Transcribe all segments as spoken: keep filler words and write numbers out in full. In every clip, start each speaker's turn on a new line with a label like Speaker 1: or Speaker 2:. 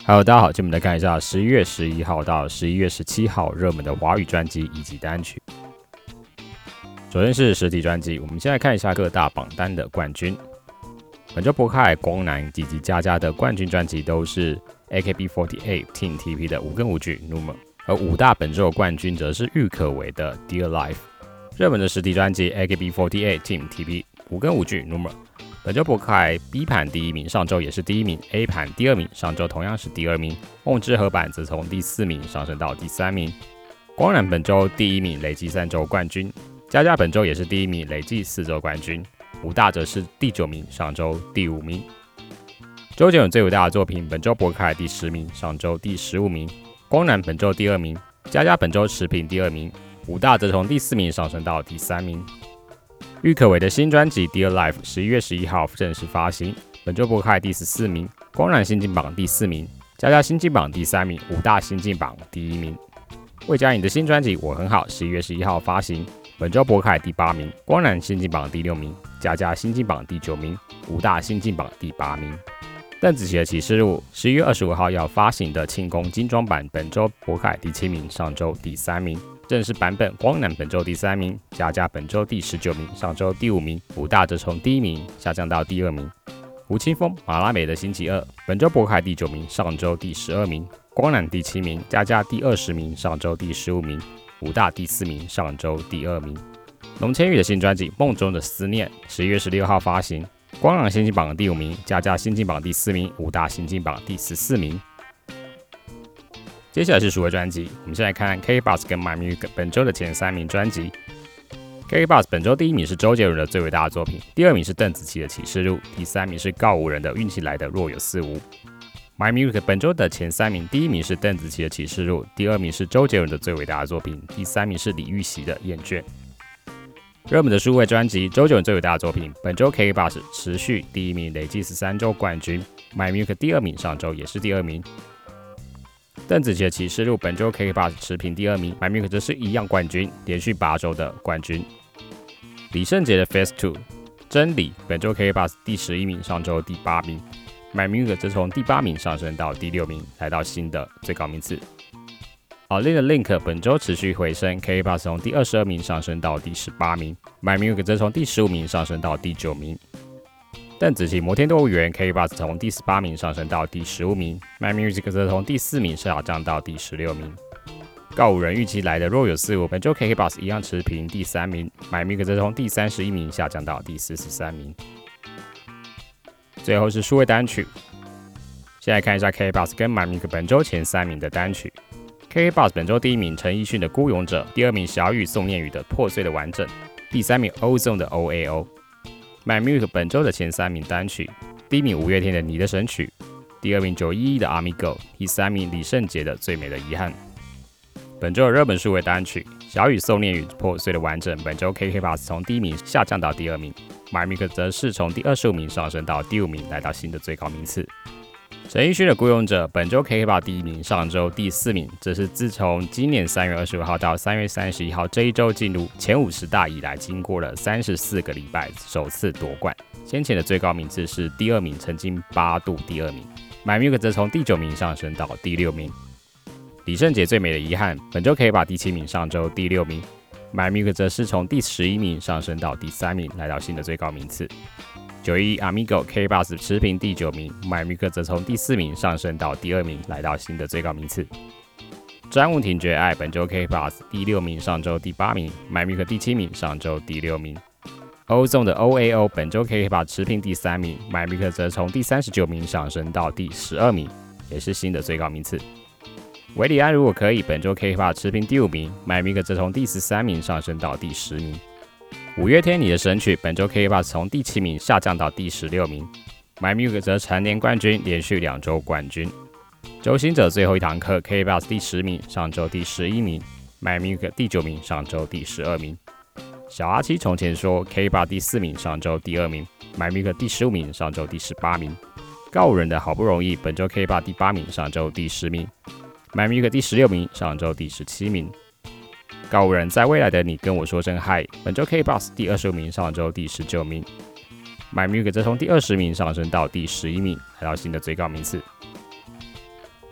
Speaker 1: Hello， 大家好，今天我们来看一下十一月十一号到十一月十七号热门的华语专辑以及单曲。首先是实体专辑，我们先来看一下各大榜单的冠军。本周博凯、光南以及佳佳的冠军专辑都是 A K B四十八 Team T P 的《无根无据》Number， 而五大本周的冠军则是郁可唯的《Dear Life》。热门的实体专辑 A K B四十八 Team T P《无根无据》Number。本周博凯 B 盘第一名，上周也是第一名 ；A 盘第二名，上周同样是第二名。梦之合版则从第四名上升到第三名。光南本周第一名，累计三周冠军；佳佳本周也是第一名，累计四周冠军。武大则是第九名，上周第五名。周杰伦最伟大的作品，本周博凯第十名，上周第十五名。光南本周第二名，佳佳本周持平第二名。武大则从第四名上升到第三名。郁可唯的新专辑《Dear Life》十一月十一号正式发行，本周博凯第十四名，光南新进榜第四名，佳佳新进榜第三名，武大新进榜第一名。魏佳颖的新专辑《我很好》十一月十一号发行，本周博凯第八名，光南新进榜第六名，佳佳新进榜第九名，武大新进榜第八名。邓紫棋的《启示录》十一月二十五号要发行的庆功精装版，本周博凯第七名，上周第三名。正式版本光南本周第三名，佳佳本周第十九名，上周第五名，武大则从第一名下降到第二名。吴青峰、马拉美的星期二，本周博凯第九名，上周第十二名，光南第七名，佳佳第二十名，上周第十五名，武大第四名，上周第二名。龙千羽的新专辑《梦中的思念》十一月十六号发行，光南新进榜第五名，佳佳新进榜第四名，武大新进榜第十四名。接下来是数位专辑，我们先来看 K K B O X 跟 MyMusic 本周的前三名专辑。K K B O X 本周第一名是周杰伦的《最伟大的作品》，第二名是邓紫棋的《启示录》，第三名是告五人的《运气来的若有似无》。MyMusic 本周的前三名，第一名是邓紫棋的《启示录》，第二名是周杰伦的《最伟大的作品》，第三名是李玉玺的《厌倦》。热门的数位专辑，周杰伦《最伟大的作品》本周 K K B O X 持续第一名，累计十三周冠军。MyMusic 第二名，上周也是第二名。邓紫棋的《启示录》本周 K K B O X 持平第二名 ，MyMusic 则是一样冠军，连续八周的冠军。李圣杰的《Phase Two》真理本周 K K B O X 第十一名，上周第八名 ，MyMusic 则从第八名上升到第六名，来到新的最高名次。Olin 的《Link》本周持续回升 ，K K B O X 从第二十二名上升到第十八名 ，MyMusic 则从第十五名上升到第九名。邓紫棋《摩天动物园》K K B O X 从第十八名上升到第十五名 ，MyMusic 则从第四名下降到第十六名。告五人预期来的若有似无，本周 K K B O X 一样持平第三名 ，MyMusic 则从第三十一名下降到第四十三名。最后是数位单曲，先来看一下 K K B O X 跟 MyMusic 本周前三名的单曲。K K B O X 本周第一名陈奕迅的《孤勇者》，第二名小雨宋念宇的《破碎的完整》，第三名 Ozone 的 O A O。MyMusic 本周的前三名单曲，第一名五月天的《你的神曲》，第二名九一一的《Amigo》，第三名李圣杰的《最美的遗憾》。本周的热门数位单曲，小雨宋念宇《破碎的完整》，本周 K K B O X 从第一名下降到第二名 ，MyMusic 则是从第二十五名上升到第五名，来到新的最高名次。陈奕迅的《孤勇者》本周 K K B O X 第一名，上周第四名，这是自从今年三月二十五号到三月三十一号这一周进入前五十大以来，经过了三十四个礼拜首次夺冠。先前的最高名次是第二名，曾经八度第二名。MyMusic 则从第九名上升到第六名。李圣杰《最美的遗憾》本周 K K B O X 第七名，上周第六名。MyMusic 则是从第十一名上升到第三名，来到新的最高名次。九一一 Amigo K K B O X 持平第九名 ，MyMusic 则从第四名上升到第二名，来到新的最高名次。詹雯婷《绝爱》本周 K K B O X 第六名，上周第八名 ，MyMusic 第七名，上周第六名。Ozone 的 O A O 本周 K K B O X 持平第三名 ，MyMusic 则从第三十九名上升到第十二名，也是新的最高名次。韦礼安如果可以，本周 K K B O X 持平第五名 ，MyMusic 则从第十三名上升到第十名。五月天《你的神曲》本周 K K B O X 从第七名下降到第十六名 ，MyMusic 则蝉联冠军，连续两周冠军。周兴哲最后一堂课 K K B O X 第十名，上周第十一名 ，MyMusic 第九名，上周第十二名。小阿七从前说 K K B O X 第四名，上周第二名 ，MyMusic 第十五名，上周第十八名。告五人的好不容易本周 K K B O X 第八名，上周第十名 ，MyMusic 第十六名，上周第十七名。告五人在未来的你跟我说声嗨，本周 K K B O X 第二十五名，上周第十九名。MyMusic 则从第二十名上升到第十一名，来到新的最高名次。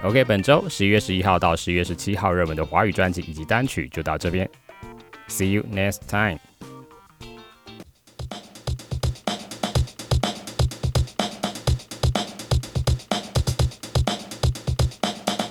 Speaker 1: OK， 本周十一月十一号到十一月十七号热门的华语专辑以及单曲就到这边。See you next time.